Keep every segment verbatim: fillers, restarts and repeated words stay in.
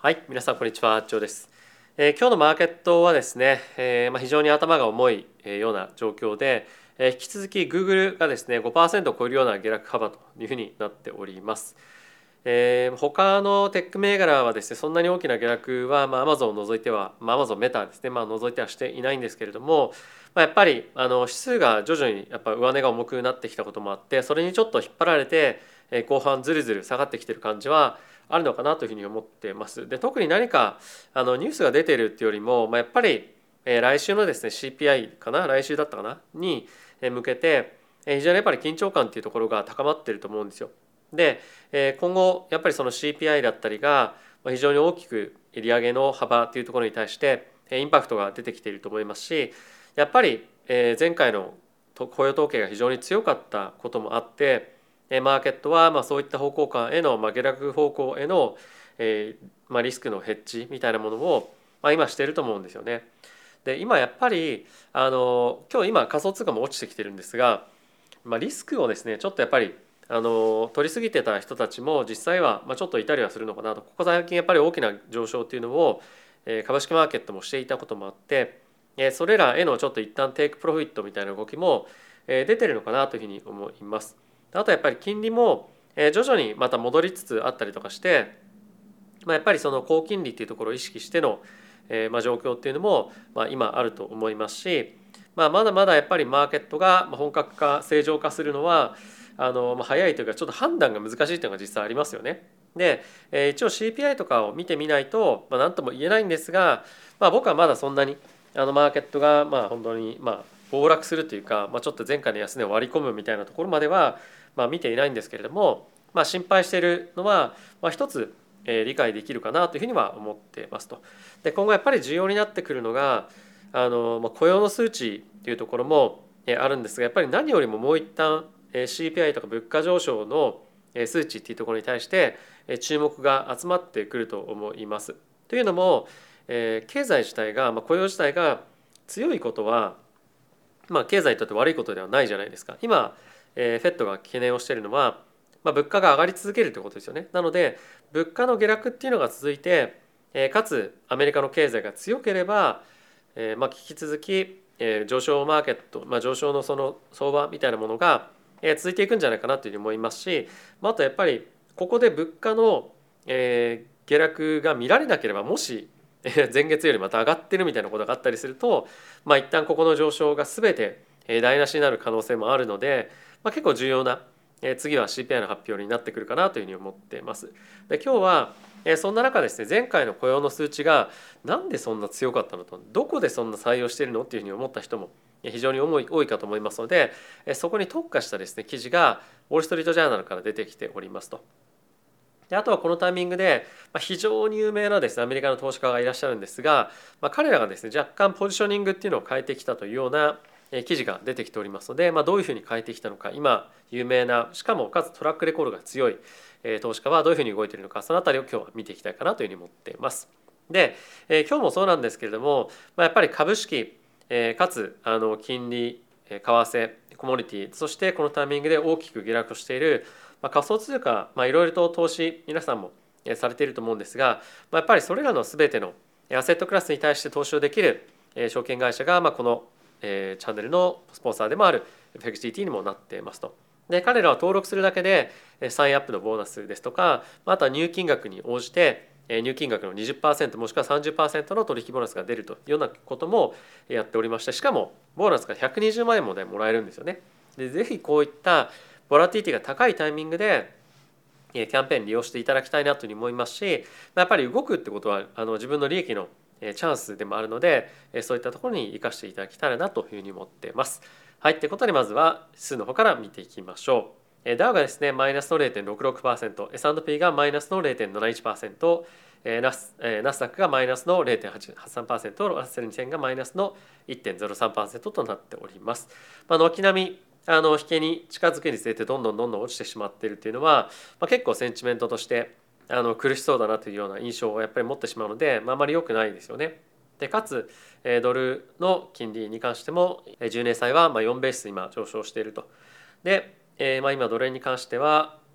はい、皆さんこんにちは、あっちょうです。えー今日のマーケットはですね、えーまあ、非常に頭が重いえーような状況で、えー引き続き Google がですね、ごパーセントを超えるような下落幅というふうになっております。えー他のテック銘柄はですね、そんなに大きな下落は、まあ、Amazon を除いては、まあ、Amazon メタですね、まあ、除いてはしていないんですけれども、まあ、やっぱりあの指数が徐々にやっぱ上値が重くなってきたこともあって、それにちょっと引っ張られて、えー後半ずるずる下がってきてる感じはあるのかなというふうに思っています。で、特に何かあのニュースが出てるっていうよりも、まあ、やっぱり、えー来週のですね シーピーアイ かな来週だったかなに向けて、えー非常にやっぱり緊張感っていうところが高まってると思うんですよ。で、えー今後やっぱりその シーピーアイ だったりがまあ非常に大きく利上げの幅っていうところに対してえーインパクトが出てきていると思いますし、やっぱりえー前回のと雇用統計が非常に強かったこともあって、えーマーケットはまあそういった方向感への、まあ、下落方向への、えーまあ、リスクのヘッジみたいなものを、まあ、今していると思うんですよね。で今やっぱりあの今日今仮想通貨も落ちてきてるんですが、まあ、リスクをですねちょっとやっぱりあの取りすぎてた人たちも実際はまあちょっといたりはするのかなと。ここ最近やっぱり大きな上昇っていうのをえー株式マーケットもしていたこともあって、えーそれらへのちょっと一旦テイクプロフィットみたいな動きもえー出てるのかなというふうに思います。あとやっぱり金利もえー徐々にまた戻りつつあったりとかして、まあ、やっぱりその高金利っていうところを意識してのえーまあ状況っていうのもまあ今あると思いますし、まあ、まだまだやっぱりマーケットが本格化正常化するのはあの、まあ、早いというかちょっと判断が難しいというのが実際ありますよね。で、えー一応 シーピーアイ とかを見てみないと、まあ、何とも言えないんですが、まあ、僕はまだそんなにあのマーケットがまあ本当にまあ暴落するというか、まあ、ちょっと前回の安値を割り込むみたいなところまではまあ見ていないんですけれども、まあ、心配しているのは、まあ、一つえー理解できるかなというふうには思っていますと。で今後やっぱり重要になってくるのがあの、まあ、雇用の数値というところもえーあるんですが、やっぱり何よりももう一旦えー シーピーアイ とか物価上昇のえー数値っていうところに対してえー注目が集まってくると思います。というのも、えー経済自体が、まあ、雇用自体が強いことは、まあ、経済にとって悪いことではないじゃないですか。今、えー、フェットが懸念をしているのは、まあ、物価が上がり続けるということですよね。なので物価の下落っていうのが続いて、えーかつアメリカの経済が強ければ、えーまあ、引き続き、えー上昇マーケット、まあ、上昇のその相場みたいなものが、えー続いていくんじゃないかなというふうに思いますし、まあ、あとやっぱりここで物価の、えー下落が見られなければ、もしえー前月よりまた上がってるみたいなことがあったりすると、まあ、一旦ここの上昇が全てえー台無しになる可能性もあるので、まあ、結構重要なえー次は シーピーアイ の発表になってくるかなというふうに思っています。で今日はえーそんな中ですね、前回の雇用の数値がなんでそんな強かったのと、どこでそんな採用しているのっていうふうに思った人も非常に多い多いかと思いますので、えーそこに特化したですね記事がウォール・ストリート・ジャーナルから出てきておりますと。であとはこのタイミングで、まあ、非常に有名なですねアメリカの投資家がいらっしゃるんですが、まあ、彼らがですね若干ポジショニングっていうのを変えてきたというようなえー記事が出てきておりますので、まあ、どういうふうに変えてきたのか、今有名なしかもかつトラックレコードが強いえー投資家はどういうふうに動いているのか、そのあたりを今日は見ていきたいかなというふうに思っています。で、えー今日もそうなんですけれども、まあ、やっぱり株式、えーかつあの金利、えー為替、コモディティ、そしてこのタイミングで大きく下落しているまあ、仮想通貨、まあ、いろいろと投資皆さんもされていると思うんですが、まあ、やっぱりそれらの全てのアセットクラスに対して投資をできる証券会社が、まあ、このチャンネルのスポンサーでもある エフエックスジーティー にもなっていますと。で彼らは登録するだけでサインアップのボーナスですとか、あとは入金額に応じて入金額のにじゅっパーセントもしくはさんじゅっパーセントの取引ボーナスが出るというようなこともやっておりまして、しかもボーナスがひゃくにじゅうまん円もねもらえるんですよね。でぜひこういったボラティティが高いタイミングでキャンペーン利用していただきたいなというふうに思いますし、やっぱり動くってことはあの自分の利益のチャンスでもあるので、そういったところに生かしていただけたらなというふうに思っています。はい、ということでまずは指数の方から見ていきましょう。ダウがですねマイナスの れいてんろくろくパーセント、エスアンドピー がマイナスの れいてんなないちパーセント、ナスナスダックがマイナスの れいてんはちさんパーセント、ラッセルにせんがマイナスの いってんゼロさんパーセント となっております。まあ、軒並みあの引けに近づくにつれてどんどんどんどん落ちてしまっているっていうのは、まあ、結構センチメントとしてあの苦しそうだなというような印象をやっぱり持ってしまうので、まあ、あまり良くないですよね。でかつドルの金利に関してもじゅうねん債はまあよんベース今上昇していると。で、えーまあ、今ドル円に関しては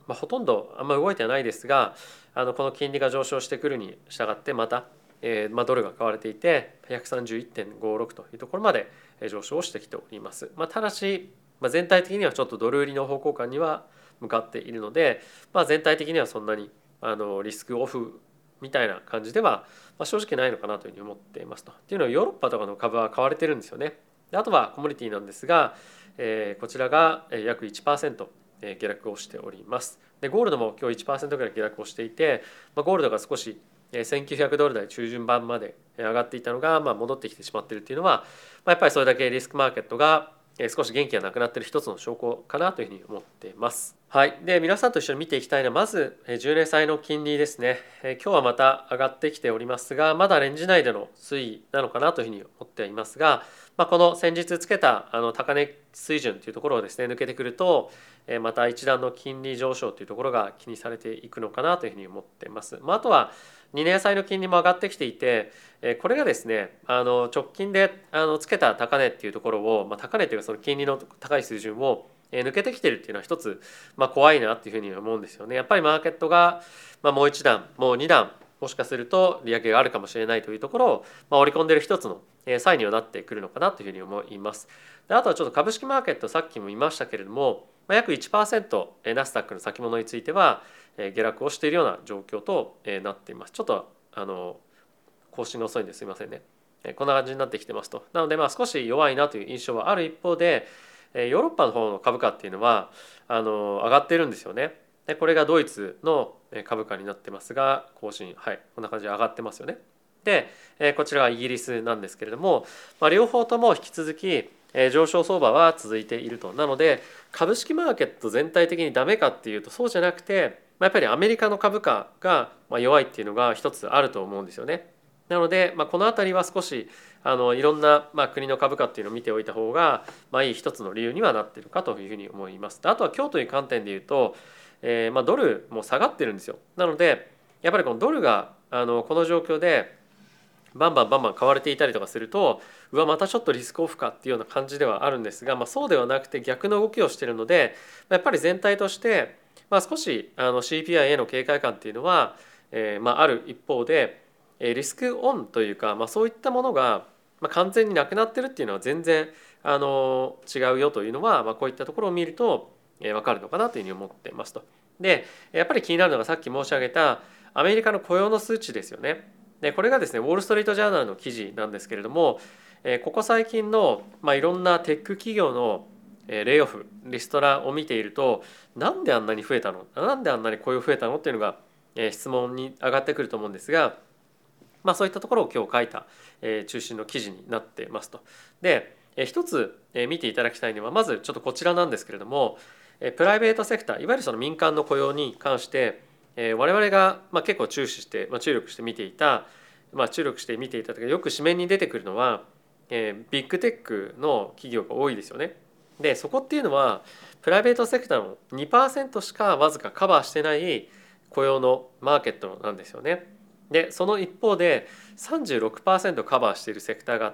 まあ、ほとんどあんま動いてはないですが、あのこの金利が上昇してくるに従ってまた、えーまあ、ドルが買われていてひゃくさんじゅういってんごろくというところまで上昇してきております。まあ、ただし、まあ、全体的にはちょっとドル売りの方向感には向かっているので、まあ、全体的にはそんなにあのリスクオフみたいな感じでは、まあ、正直ないのかなというふうに思っていますと。っていうのはヨーロッパとかの株は買われてるんですよね。であとはコモディティなんですが、えー、こちらが約 いちパーセント 下落をしております。でゴールドも今日 いちパーセント ぐらい下落をしていて、まあ、ゴールドが少しせんきゅうひゃくドル台中旬盤まで上がっていたのが、まあ、戻ってきてしまっているというのは、まあ、やっぱりそれだけリスクマーケットが少し元気がなくなっている一つの証拠かなというふうに思っています。はい、で皆さんと一緒に見ていきたいのはまずじゅうねん債の金利ですね。今日はまた上がってきておりますが、まだレンジ内での推移なのかなというふうに思っていますが、まあ、この先日つけたあの高値水準というところをですね抜けてくると、また一段の金利上昇というところが気にされていくのかなというふうに思っています。まあ、あとはにねん債の金利も上がってきていて、これがですねあの直近であのつけた高値っていうところを、まあ、高値というかその金利の高い水準を抜けてきてるっていうのは一つ、まあ、怖いなっていうふうに思うんですよね。やっぱりマーケットが、まあ、もう一段もう二段もしかすると利上げがあるかもしれないというところを、まあ、織り込んでいる一つのサインにはなってくるのかなというふうに思います。であとはちょっと株式マーケットさっきも言いましたけれども、まあ、約 いちパーセント ナスダックの先物については下落をしているような状況となっています。ちょっとあの更新が遅いんですいませんね。こんな感じになってきてますと。なのでまあ少し弱いなという印象はある一方で、ヨーロッパの方の株価っていうのはあの上がっているんですよね。でこれがドイツの株価になってますが、更新はいこんな感じで上がってますよね。でこちらはイギリスなんですけれども、まあ、両方とも引き続き上昇相場は続いていると。なので株式マーケット全体的にダメかっていうとそうじゃなくて、やっぱりアメリカの株価が弱いっていうのが一つあると思うんですよね。なので、まあ、この辺りは少しあのいろんな、まあ、国の株価っていうのを見ておいた方が、まあ、いい一つの理由にはなっているかというふうに思います。あとは今日という観点でいうと、えーまあ、ドルも下がってるんですよ。なのでやっぱりこのドルがあのこの状況でバンバンバンバン買われていたりとかすると、うわまたちょっとリスクオフかっていうような感じではあるんですが、まあ、そうではなくて逆の動きをしているので、やっぱり全体として、まあ、少しあの シーピーアイ への警戒感っていうのは、えーまあ、ある一方でリスクオンというか、まあ、そういったものが完全になくなってるっていうのは全然あの違うよというのは、まあ、こういったところを見ると分かるのかなというふうに思っていますと。でやっぱり気になるのがさっき申し上げたアメリカの雇用の数値ですよね。でこれがですねウォール・ストリート・ジャーナルの記事なんですけれども、ここ最近の、まあ、いろんなテック企業のレイオフリストラを見ていると、なんであんなに増えたのなんであんなに雇用増えたのっていうのが質問に上がってくると思うんですが、まあ、そういったところを今日書いた中心の記事になっていますと。で一つ見ていただきたいのはまずちょっとこちらなんですけれども、プライベートセクターいわゆるその民間の雇用に関して我々が結構注視して注力して見ていた、まあ、注力して見ていたというかよく紙面に出てくるのはビッグテックの企業が多いですよね。でそこっていうのはプライベートセクターの にパーセント しかわずかカバーしてない雇用のマーケットなんですよね。でその一方で さんじゅうろくパーセント カバーしているセクターがあって、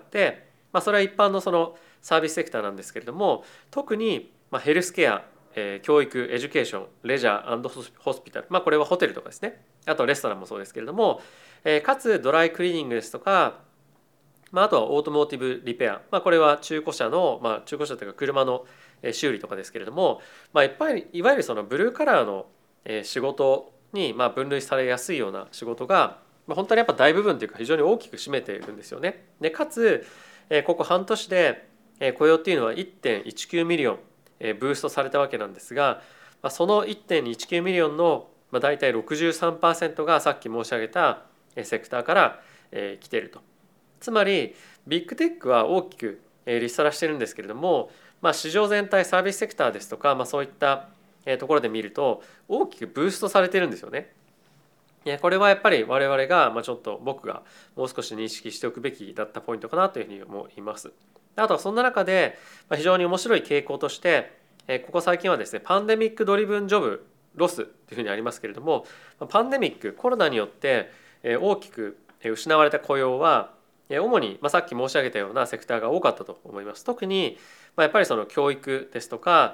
まあ、それは一般のそのサービスセクターなんですけれども、特にヘルスケア、教育、エデュケーション、レジャー&ホスピタル、まあ、これはホテルとかですね、あとレストランもそうですけれども、かつドライクリーニングですとか、まあ、あとはオートモーティブリペア、まあ、これは中古車の、まあ、中古車というか車の修理とかですけれども、まあ、いっぱいいわゆるそのブルーカラーの仕事にまあ分類されやすいような仕事が本当にやっぱ大部分というか非常に大きく占めているんですよね。でかつここ半年で雇用っていうのは いってんいちきゅうミリオンブーストされたわけなんですが、その いってんいちきゅうミリオンの大体 ろくじゅうさんパーセント がさっき申し上げたセクターから来ていると。つまりビッグテックは大きくリストラしてるんですけれども、まあ、市場全体サービスセクターですとか、まあ、そういったところで見ると大きくブーストされてるんですよね。これはやっぱり我々が、まあ、ちょっと僕がもう少し認識しておくべきだったポイントかなというふうに思います。あとはそんな中で非常に面白い傾向としてここ最近はですねパンデミックドリブンジョブロスというふうにありますけれども、パンデミックコロナによって大きく失われた雇用は主にさっき申し上げたようなセクターが多かったと思います。特にやっぱりその教育ですとか、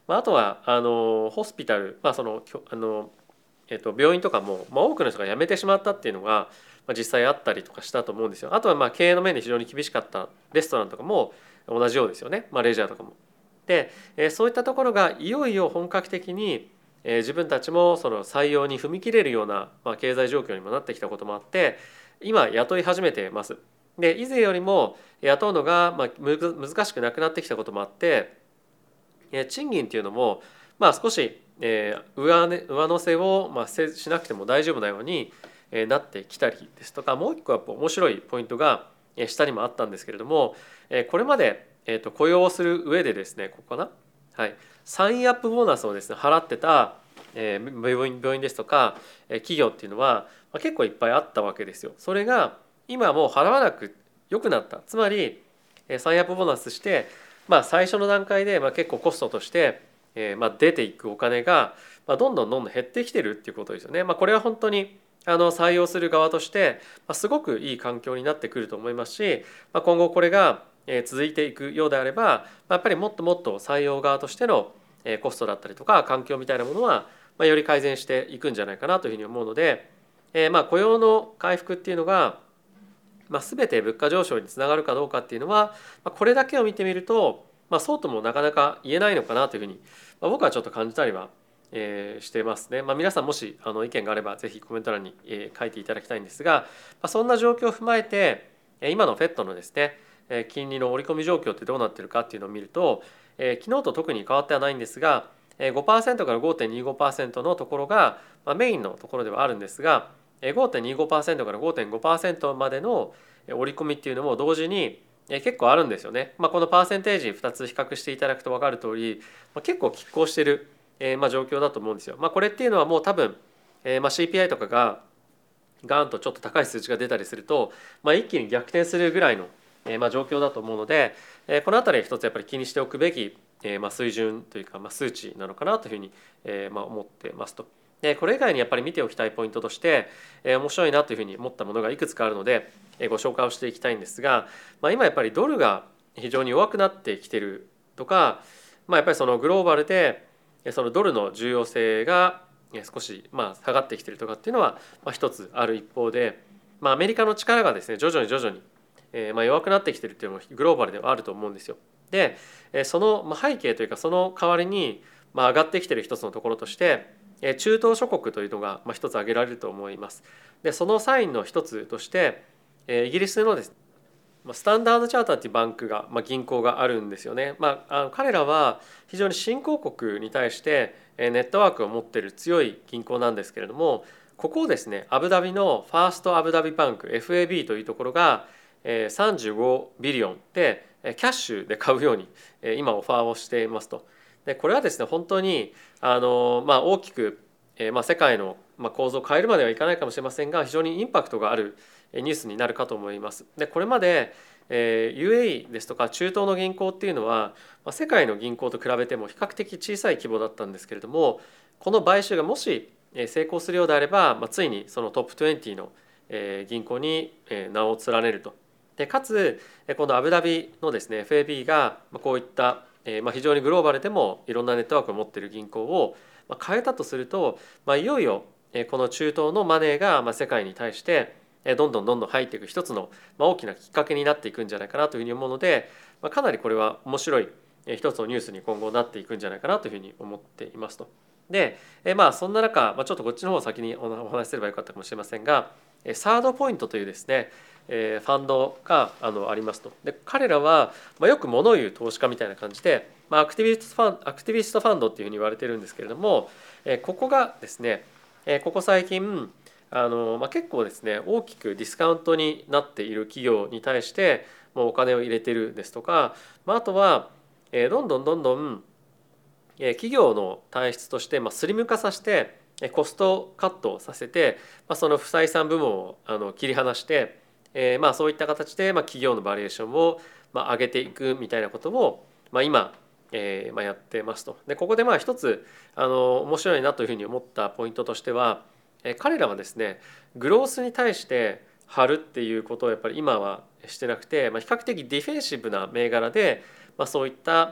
まあ、あとはあのホスピタル、まあそのあのえっと、病院とかも、まあ、多くの人が辞めてしまったっていうのが、まあ、実際あったりとかしたと思うんですよ。あとはまあ経営の面で非常に厳しかったレストランとかも同じようですよね、まあ、レジャーとかも。で、えーそういったところがいよいよ本格的に、えー自分たちもその採用に踏み切れるような、まあ、経済状況にもなってきたこともあって今雇い始めてます。で以前よりも雇うのがまあむず難しくなくなってきたこともあってえー賃金っていうのもまあ少しえー上値上乗せをまあせしなくても大丈夫なようにえーなってきたりですとかもう一個やっぱ面白いポイントがえー下にもあったんですけれどもえーこれまでえーと雇用をする上でですねここかなはいサインアップボーナスをですね払ってたえー病院病院ですとかえー企業っていうのはまあ結構いっぱいあったわけですよ。それが今もう払わなく良くなった。つまりえーサインアップボーナスしてまあ最初の段階でまあ結構コストとしてえーまあ出ていくお金がまあどんどんどんどん減ってきてるっていうことですよね。まあこれは本当にあの採用する側としてまあすごくいい環境になってくると思いますし、まあ、今後これがえー続いていくようであればまあやっぱりもっともっと採用側としてのえーコストだったりとか環境みたいなものはまあより改善していくんじゃないかなというふうに思うので、えーまあ雇用の回復っていうのがまあ、全て物価上昇につながるかどうかっていうのは、まあ、これだけを見てみると、まあ、そうともなかなか言えないのかなというふうに、まあ、僕はちょっと感じたりは、えーしてますね。まあ、皆さんもしあの意見があればぜひコメント欄に、えー書いていただきたいんですが、まあ、そんな状況を踏まえて今の フェット のですね金利の織り込み状況ってどうなってるかっていうのを見ると、えー昨日と特に変わってはないんですがごパーセントから ごてんにごパーセント のところが、まあ、メインのところではあるんですが ごてんにごパーセント から ごてんごパーセント までの織り込みっていうのも同時に結構あるんですよね。まあ、このパーセンテージふたつ比較していただくと分かる通り、まあ、結構拮抗している、えーまあ状況だと思うんですよ。まあ、これっていうのはもう多分、えーまあ シーピーアイ とかがガーンとちょっと高い数値が出たりすると、まあ、一気に逆転するぐらいの、えーまあ状況だと思うので、えーこの辺り一つやっぱり気にしておくべき、えーまあ水準というか、まあ、数値なのかなというふうに、えーまあ思ってますと。でこれ以外にやっぱり見ておきたいポイントとして、えー面白いなというふうに思ったものがいくつかあるので、えーご紹介をしていきたいんですが、まあ、今やっぱりドルが非常に弱くなってきてるとか、まあ、やっぱりそのグローバルでえーそのドルの重要性がえー少しまあ下がってきてるとかっていうのはまあ一つある一方で、まあ、アメリカの力がですね徐々に徐々にえーまあ弱くなってきてるっていうのもグローバルではあると思うんですよ。でえーそのまあ背景というかその代わりにまあ上がってきてる一つのところとしてえー中東諸国というのがまあ一つ挙げられると思います。でそのサインの一つとしてえーイギリスのですねまあスタンダードチャーターっていうバンクが、まあ、銀行があるんですよね。まあ、あの彼らは非常に新興国に対してえーネットワークを持っている強い銀行なんですけれども、ここをですねアブダビのファーストアブダビバンク エフエービー というところがえーさんじゅうごビリオンでえーキャッシュで買うようにえー今オファーをしていますと。でこれはですね本当にあの、まあ、大きくえーまあ世界のまあ構造を変えるまではいかないかもしれませんが非常にインパクトがあるニュースになるかと思います。でこれまでえー ユーエーイー ですとか中東の銀行っていうのは、まあ、世界の銀行と比べても比較的小さい規模だったんですけれども、この買収がもしえー成功するようであれば、まあ、ついにそのトップにじゅうのえー銀行にえー名を連ねると。でかつえーこのアブダビのですね エフエービー がまあこういったえーまあ非常にグローバルでもいろんなネットワークを持っている銀行をまあ変えたとすると、まあ、いよいよえーこの中東のマネーがまあ世界に対してどんどんどんどん入っていく一つの大きなきっかけになっていくんじゃないかなというふうに思うので、かなりこれは面白い一つのニュースに今後なっていくんじゃないかなというふうに思っていますと。でまあそんな中、まあ、ちょっとこっちの方を先にお話しすればよかったかもしれませんが、サードポイントというですねファンドがあのありますと。で彼らはよく物言う投資家みたいな感じで、まあ、アクティビストファンアクティビストファンドっていうふうに言われてるんですけれども、ここがですねここ最近あの、まあ、結構ですね大きくディスカウントになっている企業に対してもうお金を入れてるですとか、まあ、あとはえどんどんどんどん企業の体質としてまあスリム化させてコストカットをさせて、まあ、その不採算部門をあの切り離して、えー、まあそういった形でまあ企業のバリエーションをまあ上げていくみたいなことをまあ今えーまあやってますと。でここでまあ一つあの面白いなというふうに思ったポイントとしては、彼らはですねグロースに対して張るっていうことをやっぱり今はしてなくて、まあ、比較的ディフェンシブな銘柄で、まあ、そういった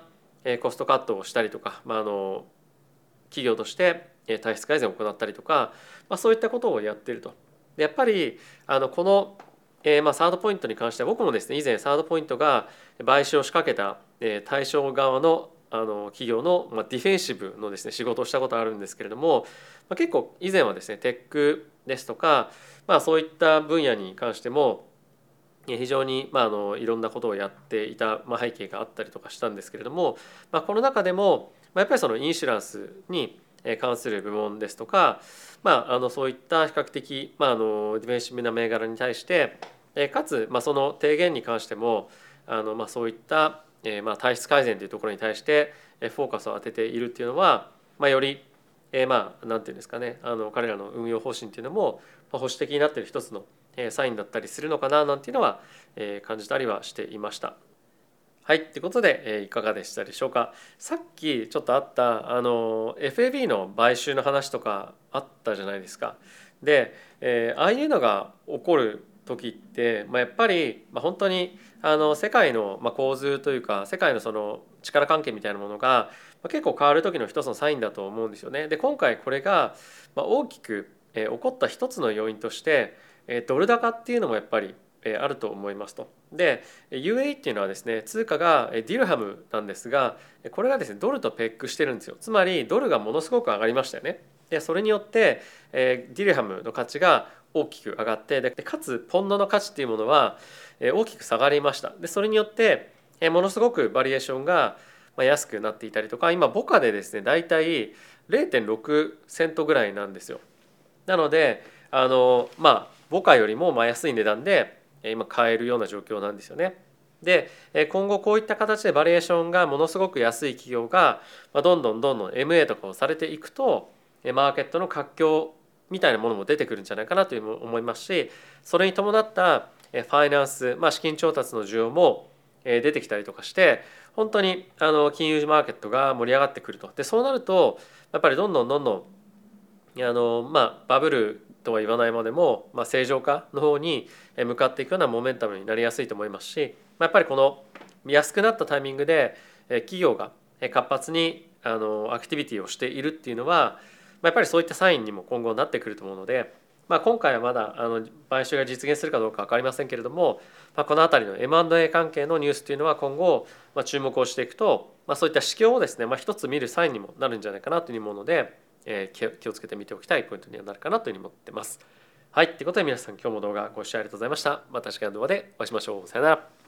コストカットをしたりとか、まあ、あの企業として体質改善を行ったりとか、まあ、そういったことをやっていると。でやっぱりあのこの、えーまあ、サードポイントに関しては僕もですね以前サードポイントが買収を仕掛けた、えー、対象側のあの企業の、まあ、ディフェンシブのですね仕事をしたことあるんですけれども、まあ、結構以前はですねテックですとか、まあ、そういった分野に関しても非常に、まあ、あのいろんなことをやっていた、まあ、背景があったりとかしたんですけれども、まあ、この中でも、まあ、やっぱりそのインシュランスに関する部門ですとか、まあ、あのそういった比較的、まあ、あのディフェンシブな銘柄に対してかつ、まあ、その提言に関してもあの、まあ、そういった、えーまあ、体質改善というところに対してフォーカスを当てているっていうのは、まあ、より、えー、まあなんていうんですかねあの彼らの運用方針っていうのも保守的になっている一つのサインだったりするのかななんていうのは感じたりはしていました。はい、ということでいかがでしたでしょうか。さっきちょっとあったあの エフエービー の買収の話とかあったじゃないですか。で、えー、ああいうのが起こる時って、まあ、やっぱり、まあ、本当にあの世界の、まあ、構図というか世界のその力関係みたいなものが、まあ、結構変わる時の一つのサインだと思うんですよね。で今回これが、まあ、大きく、えー、起こった一つの要因としてドル高っていうのもやっぱりあると思いますと。で ユーエーイー っていうのはですね通貨がディルハムなんですがこれがですねドルとペックしてるんですよ。つまりドルがものすごく上がりましたよね。でそれによってディルハムの価値が大きく上がってでかつポンドの価値っていうものは大きく下がりました。でそれによってものすごくバリエーションが安くなっていたりとか今ボカでですねだいたい れいてんろくセントぐらいなんですよ。なのであのまあボカよりもまあ安い値段で今買えるような状況なんですよね。で今後こういった形でバリエーションがものすごく安い企業がどんどんどんどん エムエー とかをされていくとマーケットの活況みたいなものも出てくるんじゃないかなという思いますしそれに伴ったファイナンス、まあ、資金調達の需要も出てきたりとかして本当にあの金融マーケットが盛り上がってくると。でそうなるとやっぱりどんどんどんどんあのまあバブルとは言わないまでも、まあ、正常化の方に向かっていくようなモメンタムになりやすいと思いますし、まあ、やっぱりこの安くなったタイミングで企業が活発にあのアクティビティをしているっていうのはやっぱりそういったサインにも今後なってくると思うので、まあ、今回はまだあの買収が実現するかどうか分かりませんけれども、まあ、この辺りの エムアンドエー 関係のニュースというのは今後、まあ、注目をしていくと、まあ、そういった指標をですね、まあ、一つ見るサインにもなるんじゃないかなというふうに思うので、えー、気をつけて見ておきたいポイントにはなるかなというふうに思ってます。はい、ということで皆さん今日も動画ご視聴ありがとうございました。また次回の動画でお会いしましょう。さよなら。